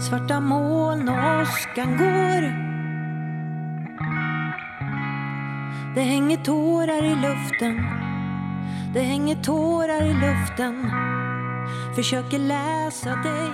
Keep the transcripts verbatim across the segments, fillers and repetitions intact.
Svarta moln och åskan går. Det hänger tårar i luften. Det hänger tårar i luften. Försöker läsa dig.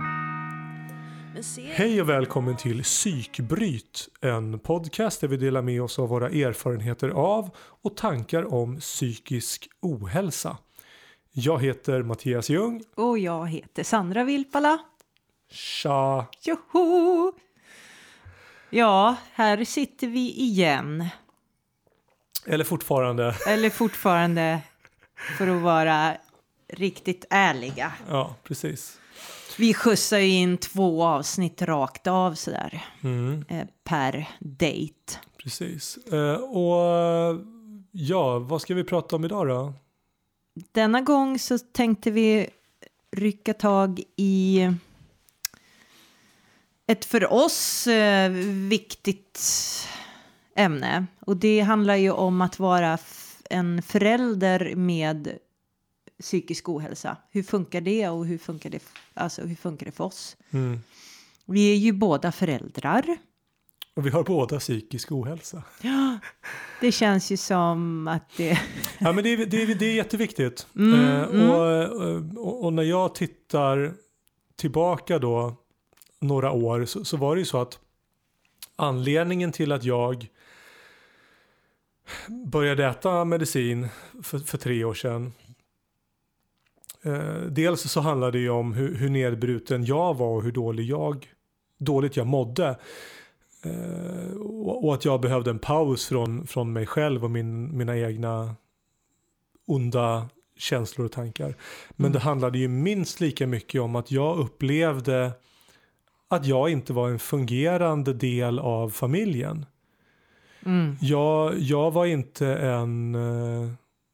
Hej och välkommen till Psykbryt, en podcast där vi delar med oss av våra erfarenheter av och tankar om psykisk ohälsa. Jag heter Mattias Ljung. Och jag heter Sandra Vilpala. Tja! Joho! Ja, här sitter vi igen. Eller fortfarande. Eller fortfarande, för att vara riktigt ärliga. Ja, precis. Vi skjutsar ju in två avsnitt rakt av sådär. Mm. Eh, per date. Precis. Eh, och ja, vad ska vi prata om idag då? Denna gång så tänkte vi rycka tag i ett för oss eh, viktigt ämne. Och det handlar ju om att vara f- en förälder med psykisk ohälsa. Hur funkar det och hur funkar det, alltså hur funkar det för oss? Mm. Vi är ju båda föräldrar. Och vi har båda psykisk ohälsa. Ja, det känns ju som att det... Ja, men det är, det är, det är jätteviktigt. Mm, eh, mm. Och, och, och när jag tittar tillbaka då några år så, så var det ju så att anledningen till att jag började äta medicin för, för tre år sedan. Eh, dels så handlade det ju om hur, hur nedbruten jag var och hur dålig jag, dåligt jag mådde. Eh, och, och att jag behövde en paus från, från mig själv och min, mina egna onda känslor och tankar. Men Mm. det handlade ju minst lika mycket om att jag upplevde att jag inte var en fungerande del av familjen. Mm. Jag, jag var inte en eh,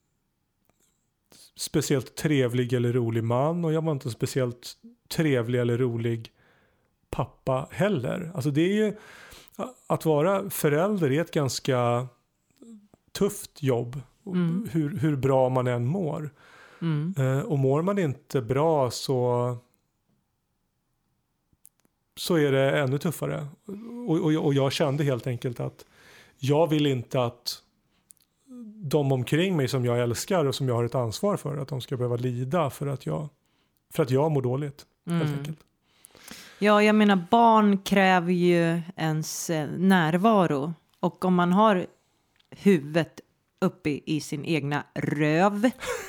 speciellt trevlig eller rolig man och jag var inte en speciellt trevlig eller rolig pappa heller. Alltså det är ju, att vara förälder är ett ganska tufft jobb. Mm. Hur, hur, hur bra man än mår. Mm. Eh, och mår man inte bra så så är det ännu tuffare. Och, och, och jag kände helt enkelt att jag vill inte att de omkring mig som jag älskar och som jag har ett ansvar för, att de ska behöva lida för att jag, för att jag mår dåligt. Mm. Helt enkelt. Ja, jag menar barn kräver ju ens eh, närvaro. Och om man har huvudet uppe i, i sin egna röv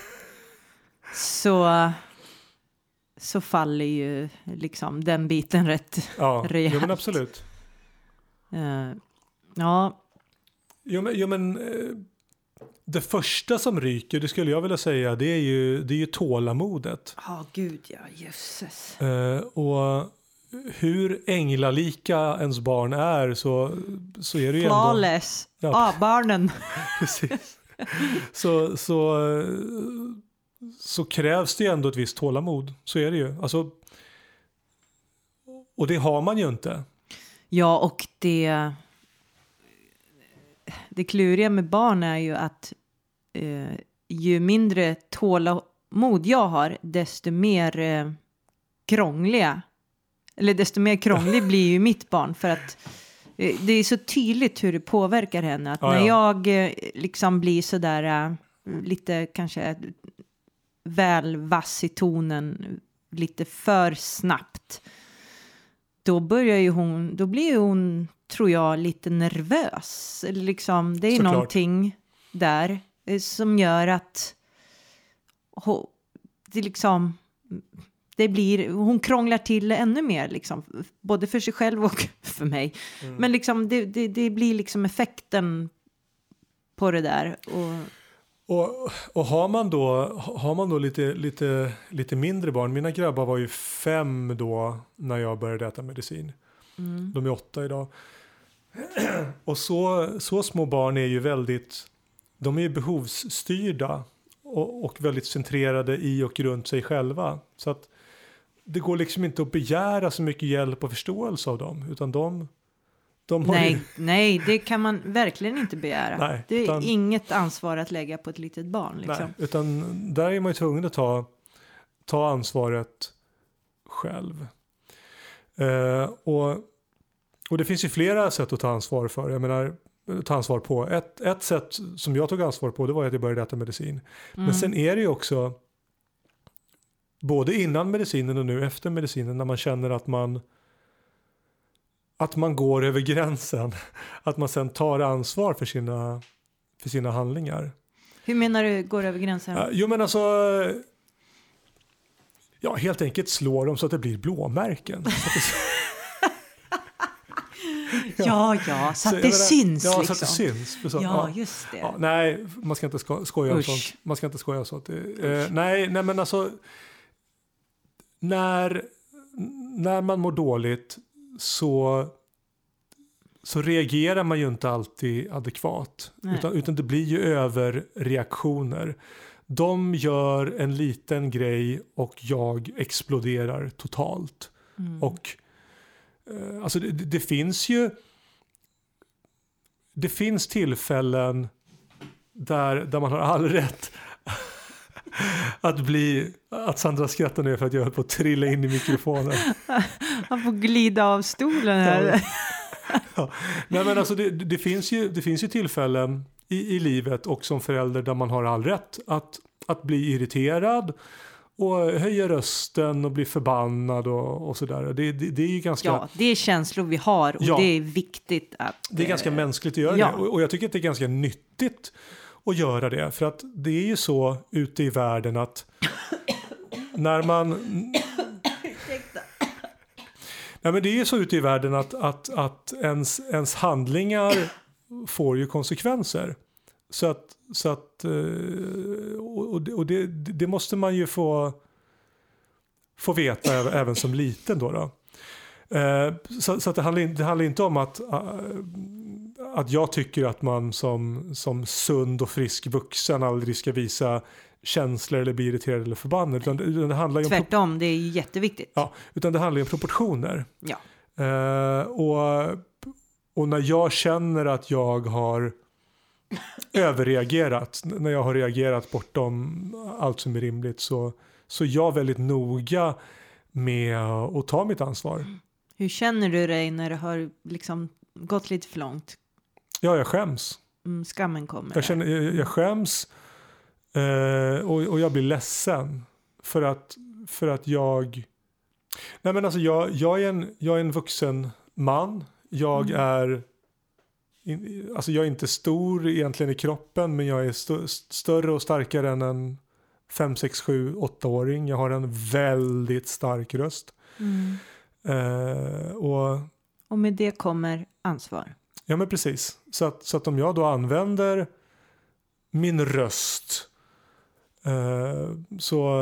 så, så faller ju liksom den biten rätt Ja, rejält. jo, men absolut. Uh, ja. Jo, men, jo, men eh, det första som ryker, det skulle jag vilja säga, det är ju, det är ju tålamodet. Ja, oh, gud, ja, jösses. Eh, och hur änglalika ens barn är så, så är det ju ändå... Flawless. Ja, Ja. ah, barnen. Precis. Så, så, så krävs det ju ändå ett visst tålamod. Så är det ju. Alltså, och det har man ju inte. Ja, och det... Det kluriga med barn är ju att eh, ju mindre tålamod jag har, desto mer eh, krångliga. Eller desto mer krånglig blir ju mitt barn. För att eh, det är så tydligt hur det påverkar henne. Att Ja, när ja. jag eh, liksom blir sådär eh, lite kanske väl vass i tonen, lite för snabbt. Då börjar ju hon, då blir ju hon, tror jag, lite nervös. Eller liksom, det är Såklart. någonting där eh, som gör att ho, det liksom, det blir, hon krånglar till ännu mer liksom, både för sig själv och för mig. Mm. Men liksom, det, det, det blir liksom effekten på det där. Och Och, och har man då, har man då lite, lite, lite mindre barn, mina grabbar var ju fem då när jag började äta medicin. mm. De är åtta idag. Och så, så små barn är ju väldigt, de är ju behovsstyrda och, och väldigt centrerade i och runt sig själva. Så att det går liksom inte att begära så mycket hjälp och förståelse av dem, utan de, de har nej, ju... nej, det kan man verkligen inte begära. Nej, det är utan... inget ansvar att lägga på ett litet barn. Liksom. Nej, utan där är man ju tvungen att ta, ta ansvaret själv. Eh, och, och det finns ju flera sätt att ta ansvar för. Jag menar, ta ansvar på. Ett, ett sätt som jag tog ansvar på, det var att jag började äta medicin. Mm. Men sen är det ju också både innan medicinen och nu efter medicinen när man känner att man att man går över gränsen. Att man sen tar ansvar för sina, för sina handlingar. Hur menar du går över gränsen? Uh, jo men alltså ja, helt enkelt slår dem så att det blir blåmärken. Ja, ja, så att det menar, syns ja, liksom. Så att det syns. Så, ja, ja, just det. Ja, nej, man ska inte sko- skoja om sånt. Man ska inte skoja om sånt. Eh, nej, nej, men alltså när, när man mår dåligt så, så reagerar man ju inte alltid adekvat. Utan, utan det blir ju överreaktioner. De gör en liten grej och jag exploderar totalt. Mm. Och eh, alltså det, det finns ju det finns tillfällen där, där man har all rätt att bli att Sandra skrattar nu för att jag höll på att trilla in i mikrofonen. Han får glida av stolen här. Ja. Ja. Nej, men alltså det, det, finns ju, det finns ju tillfällen i, i livet och som förälder där man har all rätt att, att bli irriterad och höja rösten och bli förbannad och, och sådär. Det, det, det är ju ganska... Ja, det är känslor vi har och ja, det är viktigt att... Det är ganska mänskligt att göra ja. det och, och jag tycker att det är ganska nyttigt att göra det. För att det är ju så ute i världen att när man... Nej, men det är ju så ute i världen att, att, att ens, ens handlingar får ju konsekvenser. Så att, så att och, det, och det, det måste man ju få, få veta även, även som liten då. då. Så, så att det, handlar, det handlar inte om att, att jag tycker att man som, som sund och frisk vuxen aldrig ska visa känslor eller bli irriterad eller förbannad. Utan det, utan det handlar ju om tvärtom, det är jätteviktigt. Ja, utan det handlar ju om proportioner. Ja. Uh, och, och när jag känner att jag har överreagerat, när jag har reagerat bortom allt som är rimligt så, så är jag väldigt noga med att ta mitt ansvar. Hur känner du dig när det har liksom gått lite för långt? Ja, jag skäms. Mm, skammen kommer. Jag, känner, jag, jag skäms uh, och, och jag blir ledsen för att, för att jag... Nej, men alltså jag, jag, är en, jag är en vuxen man. Jag mm. är... In, alltså jag är inte stor egentligen i kroppen, men jag är st- större och starkare än en fem, sex, sju, åtta-åring. Jag har en väldigt stark röst. Mm. Uh, och, och med det kommer ansvar. Ja, men precis. Så att, så att om jag då använder min röst uh, så...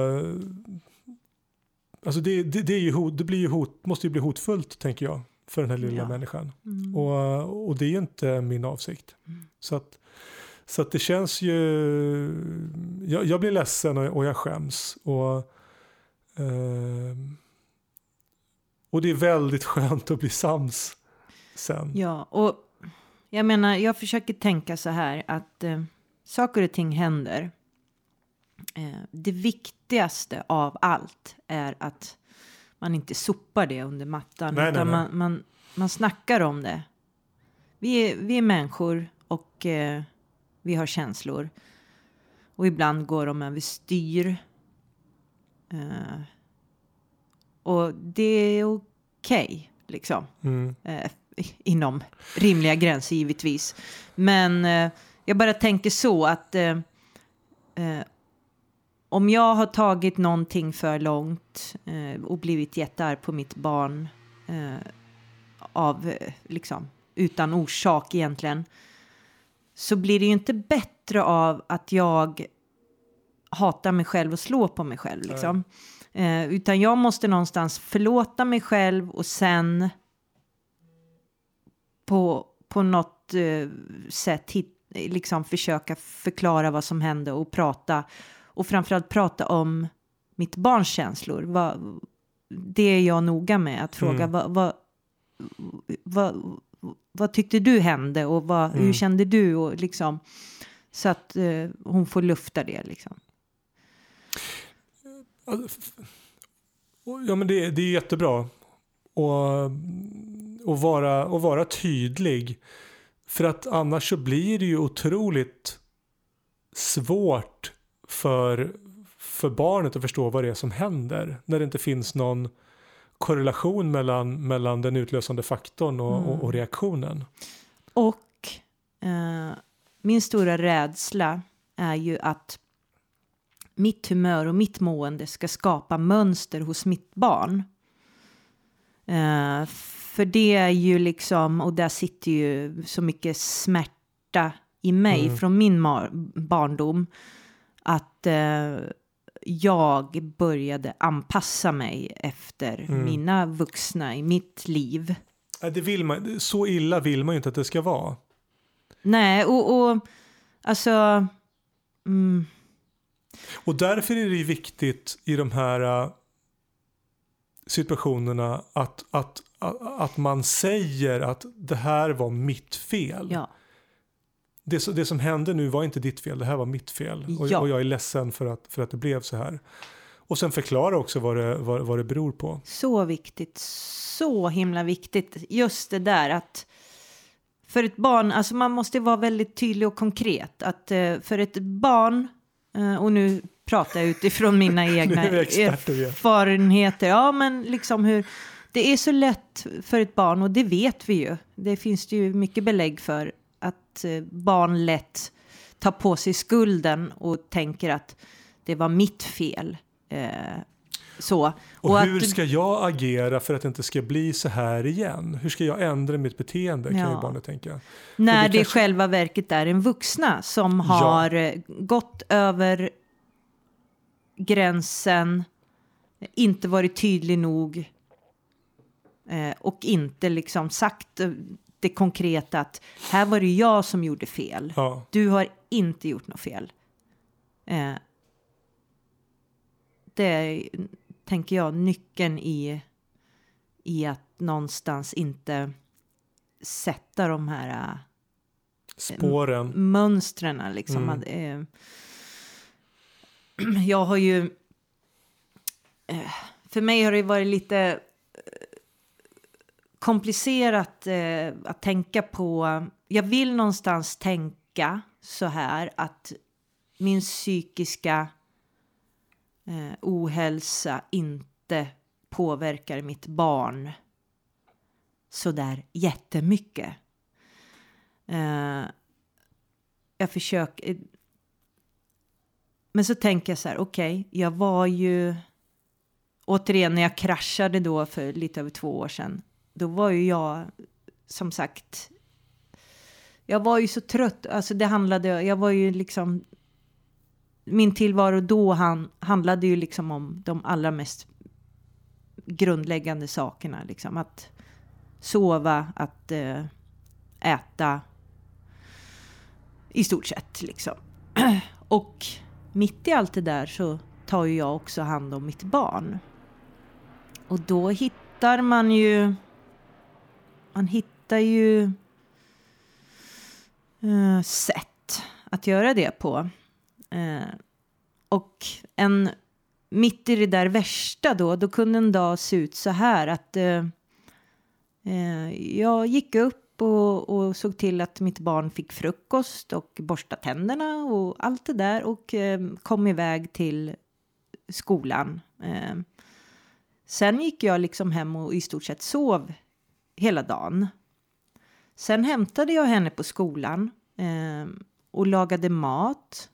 Alltså det, det, det, är ju hot, det blir ju hot, måste ju bli hotfullt, tänker jag, för den här lilla ja. människan. Mm. Och, och det är ju inte min avsikt. Mm. Så, att, så att det känns ju... Jag, jag blir ledsen och, och jag skäms. Och, eh, och det är väldigt skönt att bli sams sen. Ja, och jag menar, jag försöker tänka så här att eh, saker och ting händer. Eh, det viktigaste av allt är att man inte sopar det under mattan. Nej, utan nej, nej. Man, man, man snackar om det. Vi är, vi är människor och eh, vi har känslor. Och ibland går de över styr. Eh, och det är okej, okay, liksom. Mm. Eh, inom rimliga gränser givetvis. Men eh, jag bara tänker så att... Eh, eh, Om jag har tagit någonting för långt eh, och blivit jättearg på mitt barn eh, av, eh, liksom, utan orsak egentligen, så blir det ju inte bättre av att jag hatar mig själv och slår på mig själv. Liksom. Eh, utan jag måste någonstans förlåta mig själv och sen på, på något eh, sätt hit, liksom försöka förklara vad som hände och prata. Och framförallt prata om mitt barns känslor. Vad, det är jag noga med. Att fråga mm. vad, vad, vad, vad tyckte du hände? Och vad, mm. hur kände du? Och liksom, så att eh, hon får lufta det. Liksom. Ja, men det, det är jättebra. och, och, vara, och vara tydlig. För att annars så blir det ju otroligt svårt för, för barnet att förstå vad det är som händer. När det inte finns någon korrelation mellan, mellan den utlösande faktorn och, mm. och, och reaktionen. Och eh, min stora rädsla är ju att mitt humör och mitt mående ska skapa mönster hos mitt barn. Eh, för det är ju liksom, och där sitter ju så mycket smärta i mig mm. från min mar- barndom. Att eh, jag började anpassa mig efter mm. mina vuxna i mitt liv. Det vill man, så illa vill man ju inte att det ska vara. Nej, och, och alltså... Mm. Och därför är det ju viktigt i de här uh, situationerna att, att, att, att man säger att det här var mitt fel. Ja. Det, det som hände nu var inte ditt fel, det här var mitt fel. Och, ja. och jag är ledsen för att, för att det blev så här. Och sen förklara också vad det, vad, vad det beror på. Så viktigt, så himla viktigt. Just det där att för ett barn, alltså man måste vara väldigt tydlig och konkret. Att uh, för ett barn, uh, och nu pratar jag utifrån mina egna erfarenheter. Ja, men liksom hur det är så lätt för ett barn, och det vet vi ju. Det finns det ju mycket belägg för att uh, barn lätt tar på sig skulden och tänker att det var mitt fel. Uh, Så. Och, och hur att, ska jag agera för att det inte ska bli så här igen? Hur ska jag ändra mitt beteende, kan ja. ju barnet tänka. När det, det kanske... själva verket är en vuxna som har ja. gått över gränsen, inte varit tydlig nog eh, och inte liksom sagt det konkreta att här var det jag som gjorde fel. Ja. Du har inte gjort något fel. Eh, det är, tänker jag, nyckeln i, i att någonstans inte sätta de här spåren, m- mönstren liksom. Mm. Att, eh, jag har ju eh, för mig har det varit lite eh, komplicerat eh, att tänka på. Jag vill någonstans tänka så här att min psykiska Eh, ohälsa inte påverkar mitt barn så där jättemycket. Eh, jag försöker... Eh, men så tänker jag så här, okej, okay, jag var ju... Återigen, när jag kraschade då för lite över två år sedan, då var ju jag, som sagt... Jag var ju så trött, alltså det handlade... Jag var ju liksom... Min tillvaro då han, handlade ju liksom om de allra mest grundläggande sakerna. Liksom. Att sova, att äh, äta. I stort sett. Liksom. Och mitt i allt det där så tar ju jag också hand om mitt barn. Och då hittar man ju... Man hittar ju äh, sätt att göra det på. Eh, och en mitt i det där värsta då, då kunde en dag se ut så här att eh, eh, jag gick upp och, och såg till att mitt barn fick frukost och borsta tänderna och allt det där och eh, kom iväg till skolan. Eh, sen gick jag liksom hem och i stort sett sov hela dagen. Sen hämtade jag henne på skolan eh, och lagade mat.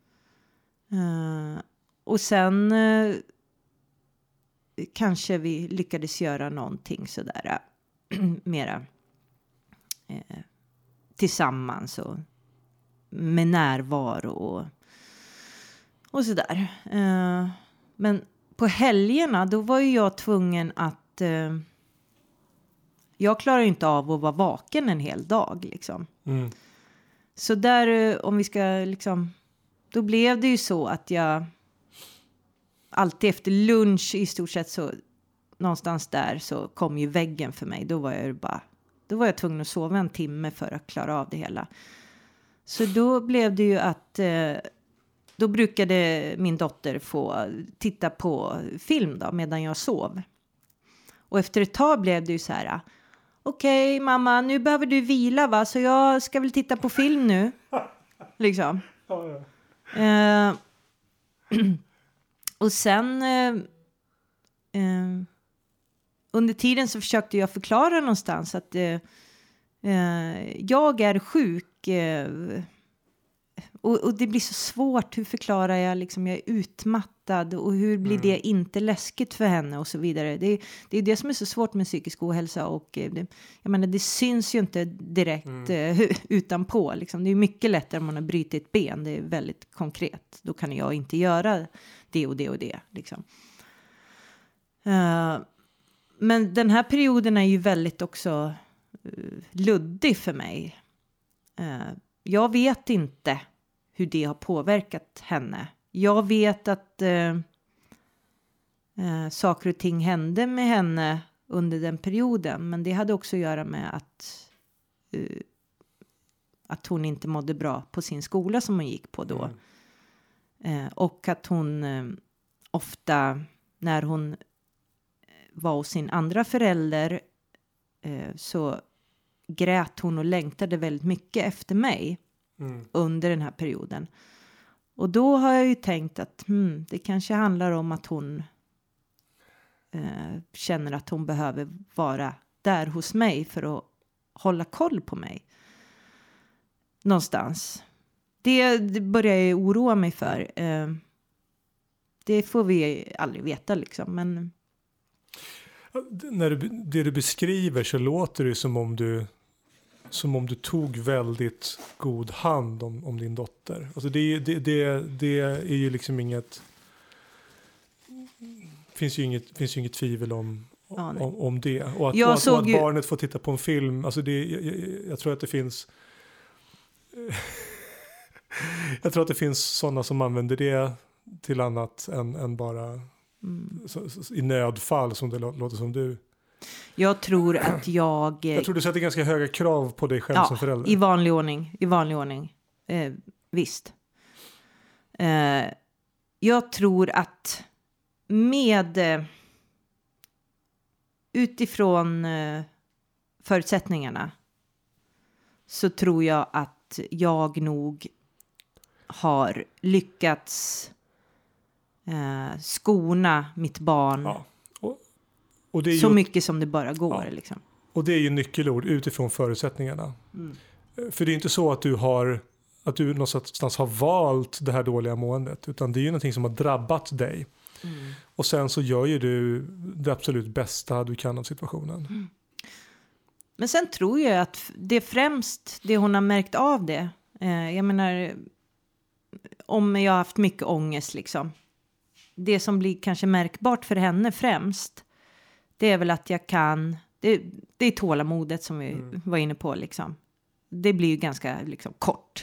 Uh, och sen uh, kanske vi lyckades göra någonting sådär uh, mera uh, tillsammans och med närvaro och, och sådär. Uh, men på helgerna då var ju jag tvungen att uh, jag klarar inte av att vara vaken en hel dag liksom. Mm. Så där uh, om vi ska liksom... Då blev det ju så att jag alltid efter lunch i stort sett så någonstans där så kom ju väggen för mig. Då var jag bara, då var jag tvungen att sova en timme för att klara av det hela. Så då blev det ju att eh, då brukade min dotter få titta på film då medan jag sov. Och efter ett tag blev det ju så här, okej okay, mamma, nu behöver du vila va, så jag ska väl titta på film nu. Liksom. Ja, ja. Eh, och sen eh, eh, under tiden så försökte jag förklara någonstans att eh, eh, jag är sjuk. Eh, och, och det blir så svårt, hur förklarar jag liksom, jag är utmattad och hur blir mm. det inte läskigt för henne och så vidare. Det, det är det som är så svårt med psykisk ohälsa och eh, det, jag menar, det syns ju inte direkt mm. eh, utanpå. Liksom. Det är mycket lättare om man har brutit ett ben, det är väldigt konkret. Då kan jag inte göra det och det och det. Liksom. Uh, men den här perioden är ju väldigt också uh, luddig för mig. Uh, jag vet inte hur det har påverkat henne. Jag vet att uh, uh, saker och ting hände med henne under den perioden. Men det hade också att göra med att, uh, att hon inte mådde bra på sin skola som hon gick på då. Mm. Uh, och att hon uh, ofta, när hon var hos sin andra förälder, eh, så grät hon och längtade väldigt mycket efter mig mm. under den här perioden. Och då har jag ju tänkt att hmm, det kanske handlar om att hon eh, känner att hon behöver vara där hos mig för att hålla koll på mig. Någonstans. Det, det börjar jag oroa mig för. Eh, det får vi aldrig veta liksom, men när du, det du beskriver så låter det som om du som om du tog väldigt god hand om, om din dotter. Alltså det, det, det, det är ju liksom inget finns ju inget, finns ju inget tvivel om, ja, om, om det. Och att, och att, och att ju... barnet får titta på en film, alltså det, jag, jag, jag tror att det finns jag tror att det finns sådana som använder det till annat än, än bara Mm. Så, så, i nödfall som det låter som du. Jag tror att jag Jag tror du sätter ganska höga krav på dig själv ja, som förälder. i vanlig ordning, i vanlig ordning. Eh, visst. Eh, jag tror att med eh, utifrån eh, förutsättningarna så tror jag att jag nog har lyckats Eh, skona mitt barn ja. och, och det är så ju, mycket som det bara går. Ja. Liksom. Och det är ju nyckelord utifrån förutsättningarna. Mm. För det är inte så att du har att du någonstans har valt det här dåliga måendet, utan det är ju någonting som har drabbat dig. Mm. Och sen så gör ju du det absolut bästa du kan av situationen. Mm. Men sen tror jag att det är främst det hon har märkt av det. Eh, jag menar, om jag har haft mycket ångest liksom. Det som blir kanske märkbart för henne främst, det är väl att jag kan, det, det är tålamodet som vi mm. var inne på liksom. Det blir ju ganska liksom kort.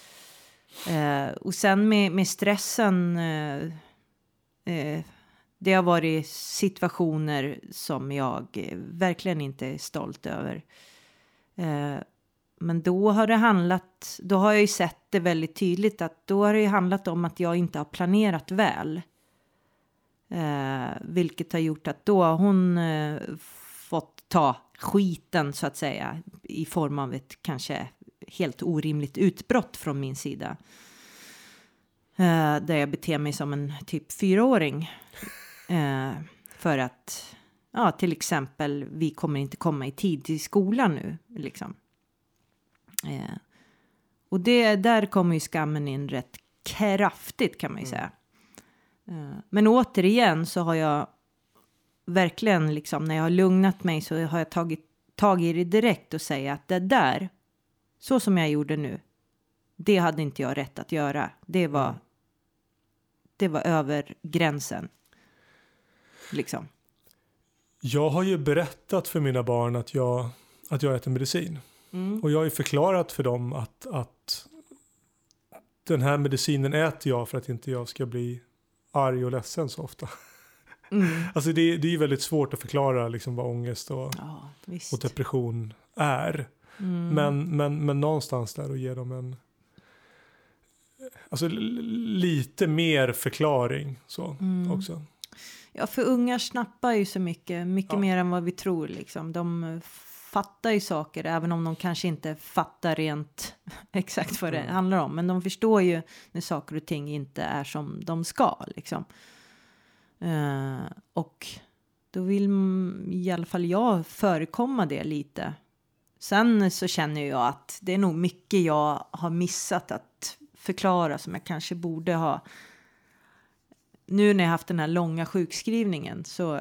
Eh, och sen med, med stressen, eh, eh, det har varit situationer som jag eh, verkligen inte är stolt över. Eh, men då har det handlat, då har jag ju sett det väldigt tydligt att då har det ju handlat om att jag inte har planerat väl. Eh, vilket har gjort att då har hon eh, fått ta skiten så att säga i form av ett kanske helt orimligt utbrott från min sida. Eh, där jag beter mig som en typ fyraåring. Eh, för att, ja till exempel, vi kommer inte komma i tid till skolan nu liksom. Eh, och det, där kommer ju skammen in rätt kraftigt kan man ju säga. Uh, men återigen så har jag verkligen liksom, när jag har lugnat mig så har jag tagit tag i det direkt och säga att det där, så som jag gjorde nu, det hade inte jag rätt att göra. Det var, mm. det var över gränsen. Liksom. Jag har ju berättat för mina barn att jag, att jag äter medicin. Mm. Och jag har ju förklarat för dem att, att den här medicinen äter jag för att inte jag ska bli arg och ledsen så ofta. Mm. Alltså det, det är ju väldigt svårt att förklara liksom vad ångest och, ja, och depression är. Mm. Men, men, men någonstans där och ge dem en alltså l- lite mer förklaring så mm. också. Ja, för ungar snappar ju så mycket, mycket Ja. mer än vad vi tror liksom. De fattar ju saker, även om de kanske inte fattar rent exakt vad det Mm. handlar om. Men de förstår ju när saker och ting inte är som de ska liksom. Uh, och då vill i alla fall jag förekomma det lite. Sen så känner jag att det är nog mycket jag har missat att förklara som jag kanske borde ha. Nu när jag haft den här långa sjukskrivningen så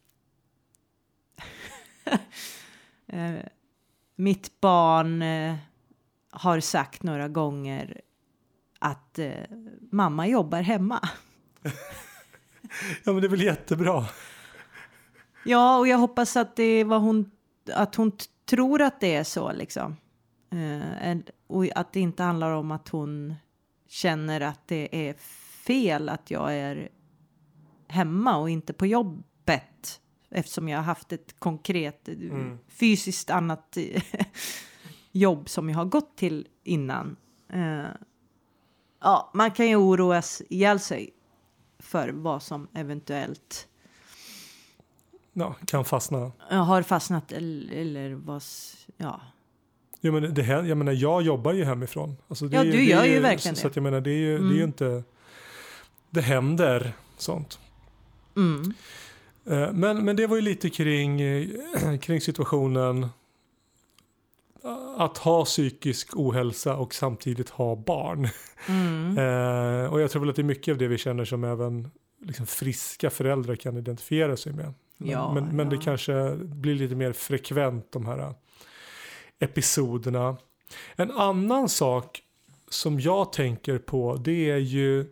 eh, mitt barn eh, har sagt några gånger att eh, mamma jobbar hemma. Ja, men det är väl jättebra. Ja, och jag hoppas att det var hon att hon t- tror att det är så liksom. Eh, och att det inte handlar om att hon känner att det är fel att jag är hemma och inte på jobbet, eftersom jag har haft ett konkret mm. fysiskt annat jobb som jag har gått till innan. Uh, ja, man kan ju oroas ihjäl sig för vad som eventuellt ja, kan fastna. Har fastnat eller, eller vad, ja. Ja, men det här, jag menar, jag jobbar ju hemifrån. Alltså det ja, är, du det gör är ju ju verkligen så, det. Så att jag menar, det är ju, mm. det är ju inte, det händer sånt. Mm. Men, men det var ju lite kring, kring situationen att ha psykisk ohälsa och samtidigt ha barn. Mm. och jag tror väl att det är mycket av det vi känner som även liksom friska föräldrar kan identifiera sig med. Ja, men men ja. det kanske blir lite mer frekvent de här episoderna. En annan sak som jag tänker på, det är ju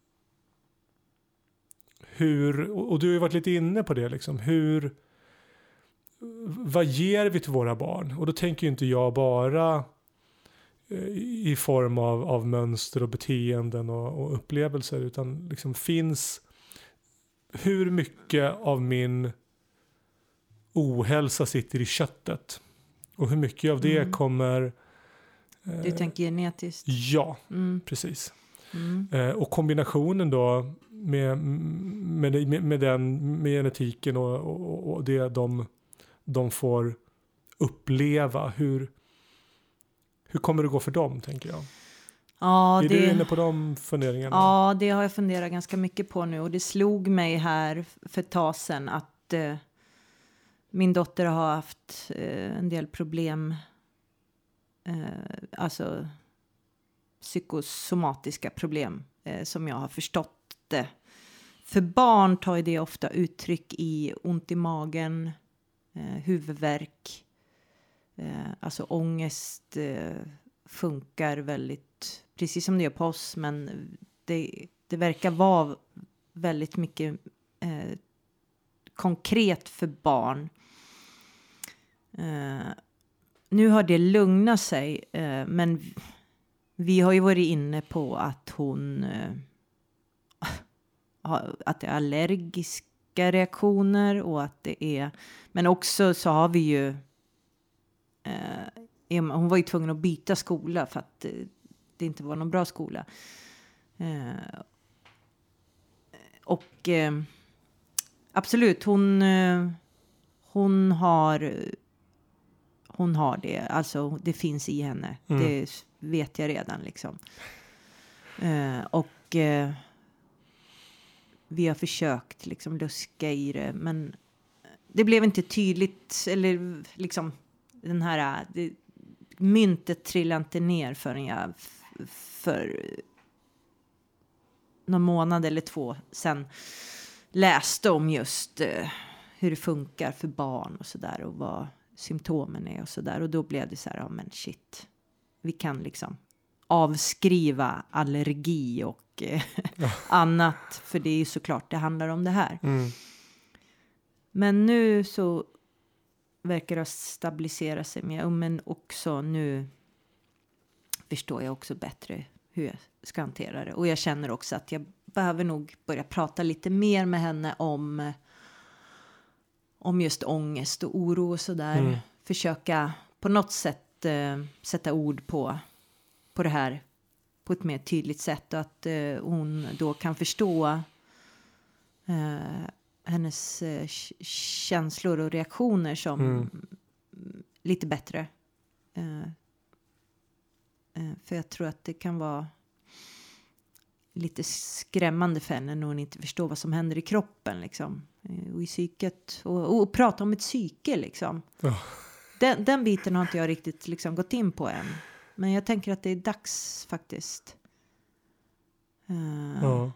hur, och du har ju varit lite inne på det liksom, hur, vad ger vi till våra barn? Och då tänker ju inte jag bara i form av, av mönster och beteenden och, och upplevelser, utan liksom finns, hur mycket av min ohälsa sitter i köttet och hur mycket av det mm. kommer eh, du tänker genetiskt? Ja, mm. precis. Mm. Eh, och kombinationen då med, med, med, med den med genetiken och, och, och det de, de får uppleva, hur hur kommer det gå för dem, tänker jag? Ja, är det, du inne på de funderingarna? Ja, det har jag funderat ganska mycket på nu, och det slog mig här för ett tag sedan att eh, min dotter har haft eh, en del problem, eh, alltså psykosomatiska problem eh, som jag har förstått det. För barn tar ju det ofta uttryck i ont i magen, eh, huvudvärk, eh, alltså ångest eh, funkar väldigt, precis som det gör på oss, men det, det verkar vara väldigt mycket eh, konkret för barn. Uh, nu har det lugnat sig, uh, men vi, vi har ju varit inne på att hon uh, har, att det är allergiska reaktioner och att det är, men också så har vi ju uh, hon var ju tvungen att byta skola för att uh, det inte var någon bra skola. Uh, och uh, absolut, hon uh, hon har Hon har det, alltså det finns i henne. Mm. Det vet jag redan liksom. Uh, och uh, vi har försökt liksom luska i det, men det blev inte tydligt, eller liksom den här, det, myntet trillade inte ner förrän jag f- för någon månad eller två sen läste om just uh, hur det funkar för barn och sådär, och vad symptomen är och sådär. Och då blev det så här, ja men shit. Vi kan liksom avskriva allergi och eh, ja. annat. För det är ju såklart det handlar om det här. Mm. Men nu så verkar det stabilisera sig mer. Men också nu förstår jag också bättre hur jag ska hantera det. Och jag känner också att jag behöver nog börja prata lite mer med henne om om just ångest och oro och sådär. Mm. Försöka på något sätt eh, sätta ord på, på det här på ett mer tydligt sätt. Och att eh, hon då kan förstå eh, hennes eh, känslor och reaktioner som mm. lite bättre. Eh, eh, för jag tror att det kan vara lite skrämmande för henne när hon inte förstår vad som händer i kroppen liksom. Och i psyket. Och, och prata om ett psyke liksom. Oh. Den, den biten har inte jag riktigt liksom gått in på än. Men jag tänker att det är dags faktiskt. Uh. Ja.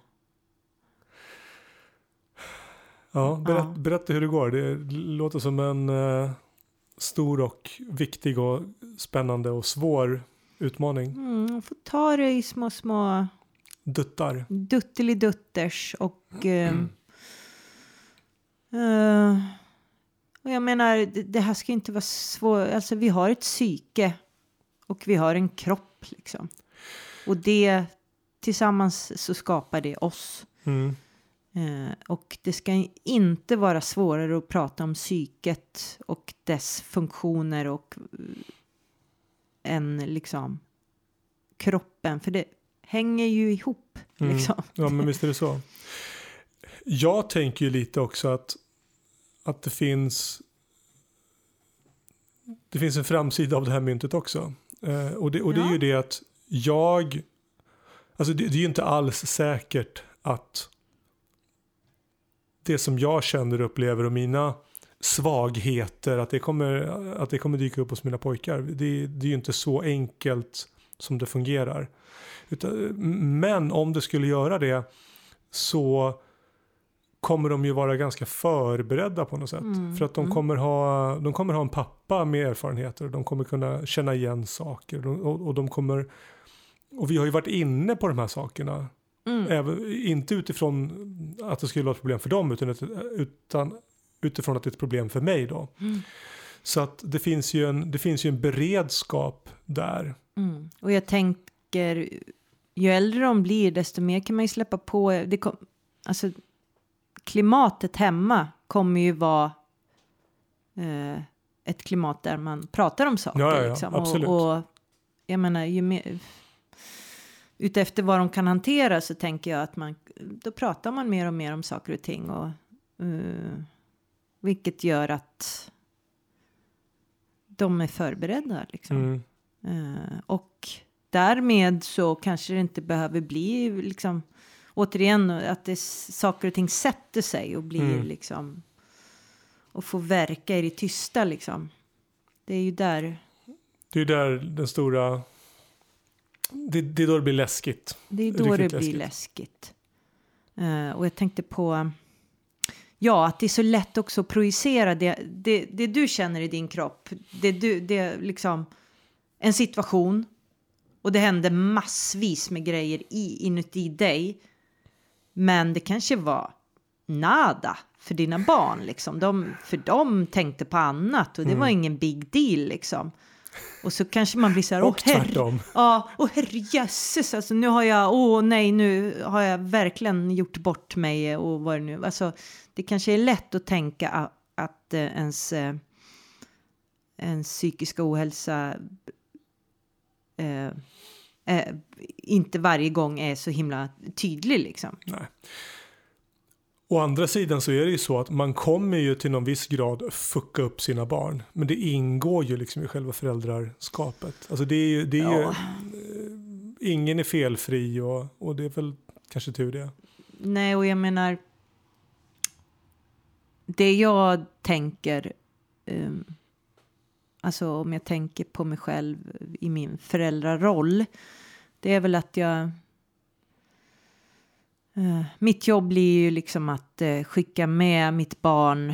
Ja, berätt, ja. Berätta hur det går. Det låter som en uh, stor och viktig och spännande och svår utmaning. Mm, får ta det i små, små... Duttar. Duttelidutters och... Uh, mm. uh, och jag menar, det, det här ska inte vara svårt. Alltså vi har ett psyke och vi har en kropp liksom. Och det tillsammans så skapar det oss. Mm. Uh, och det ska inte vara svårare att prata om psyket och dess funktioner och uh, än liksom kroppen. För det hänger ju ihop liksom. Mm. Ja, men visst är det så. Jag tänker ju lite också att att det finns det finns en framsida av det här myntet också. Uh, och det, och det ja. är ju det att jag alltså det, det är ju inte alls säkert att det som jag känner och upplever och mina svagheter att det kommer, att det kommer dyka upp hos mina pojkar. Det, det är ju inte så enkelt som det fungerar. Utan, men om det skulle göra det så kommer de ju vara ganska förberedda på något sätt. Mm, för att de, mm. kommer ha, de kommer ha en pappa med erfarenheter. Och de kommer kunna känna igen saker. Och, och, och de kommer... Och vi har ju varit inne på de här sakerna. Mm. Även, inte utifrån att det skulle vara ett problem för dem. Utan, utan utifrån att det är ett problem för mig då. Mm. Så att det finns ju en, det finns ju en beredskap där. Mm. Och jag tänker... Ju äldre de blir desto mer kan man ju släppa på... Det kom, alltså... Klimatet hemma kommer ju vara eh, ett klimat där man pratar om saker. Ja, ja, ja, liksom. absolut. Och, och jag menar, ju mer, utefter vad de kan hantera så tänker jag att man, då pratar man mer och mer om saker och ting. Och, uh, vilket gör att de är förberedda. Liksom. Mm. Uh, och därmed så kanske det inte behöver bli liksom... Återigen att det, saker och ting sätter sig och blir mm. liksom och får verka i det tysta liksom. Det är ju där. Det är där den stora det, det är då det blir läskigt. Det är då det, det blir läskigt. läskigt. Uh, och jag tänkte på ja, att det är så lätt också att projicera det, det, det du känner i din kropp. Det du det är liksom en situation och det händer massvis med grejer i inuti dig. Men det kanske var nada för dina barn. Liksom. De, för de tänkte på annat. Och det mm. var ingen big deal. Liksom. Och så kanske man blir så här... Och tvärtom. Ja, och herrejösses. Alltså, nu har jag... Åh nej, nu har jag verkligen gjort bort mig. Och vad det nu... Alltså, det kanske är lätt att tänka att, att äh, ens, äh, ens psykiska ohälsa... Äh, Eh, inte varje gång är så himla tydlig liksom. Nej. Å andra sidan så är det ju så att man kommer ju till någon viss grad fucka upp sina barn. Men det ingår ju liksom i själva föräldraskapet. Alltså det är ju, det är ja. ju ingen är felfri och, och det är väl kanske tur det. Nej, och jag menar det jag tänker um, alltså om jag tänker på mig själv i min föräldraroll, det är väl att jag uh, mitt jobb blir ju liksom att uh, skicka med mitt barn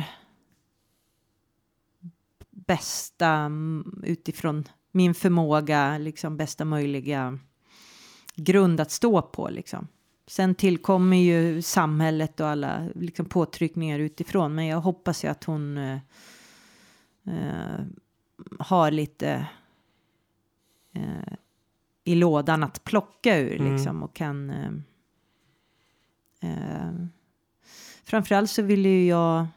bästa utifrån min förmåga, liksom bästa möjliga grund att stå på liksom. Sen tillkommer ju samhället och alla liksom påtryckningar utifrån, men jag hoppas ju att hon uh, uh, har lite uh, i lådan att plocka ur mm. liksom, och kan uh, uh, framförallt så vill ju jag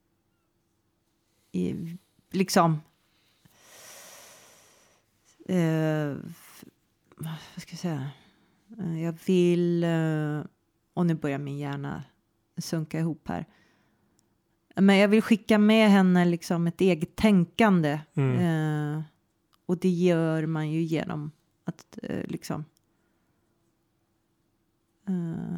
i, liksom uh, vad ska jag säga, uh, jag vill uh, och nu börjar min hjärna sunka ihop här. Men jag vill skicka med henne liksom ett eget tänkande. Mm. Eh, och det gör man ju genom att eh, liksom... Eh,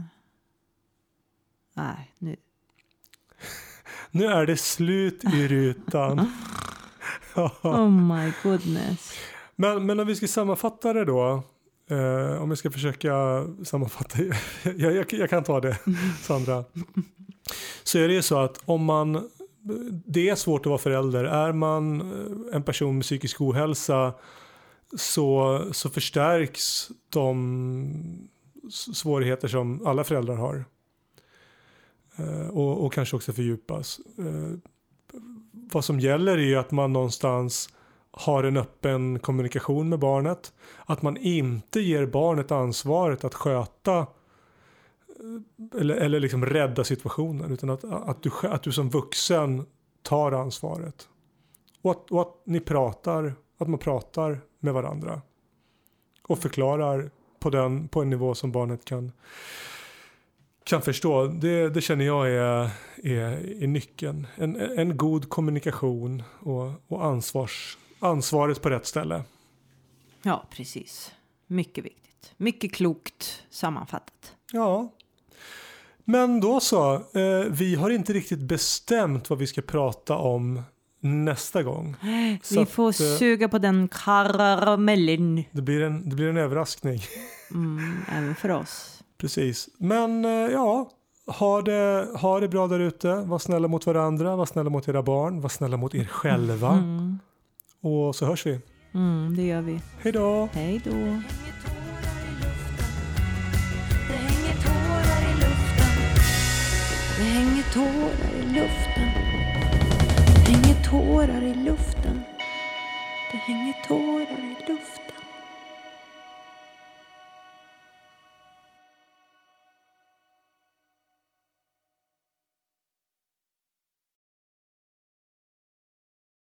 nej, nu... Nu är det slut i rutan. Oh my goodness. Men, men om vi ska sammanfatta det då. Eh, om jag ska försöka sammanfatta. jag, jag, jag kan ta det, Sandra. Så är det ju så att om man... Det är svårt att vara förälder. Är man en person med psykisk ohälsa så, så förstärks de svårigheter som alla föräldrar har. Eh, och, och kanske också fördjupas. Eh, vad som gäller är ju att man någonstans har en öppen kommunikation med barnet. Att man inte ger barnet ansvaret att sköta eller, eller liksom rädda situationen. Utan att, att, du, att du som vuxen tar ansvaret. Och att, och att ni pratar, att man pratar med varandra. Och förklarar på, den, på en nivå som barnet kan, kan förstå. Det, det känner jag är, är, är nyckeln. En, en god kommunikation och, och ansvars, ansvaret på rätt ställe. Ja, precis. Mycket viktigt. Mycket klokt sammanfattat. Ja. Men då så. Eh, vi har inte riktigt bestämt vad vi ska prata om nästa gång. Vi så får att, eh, suga på den karamellen. Det blir en, det blir en överraskning. Mm, även för oss. Precis. Men eh, ja, ha det, ha det bra där ute. Var snälla mot varandra. Var snälla mot era barn. Var snälla mot er själva. Mm. Och så hörs vi. Mm, det gör vi. Hej då! Hej då! Det hänger tårar i luften. Det hänger tårar i luften. Det hänger tårar i luften. Det hänger tårar i luften.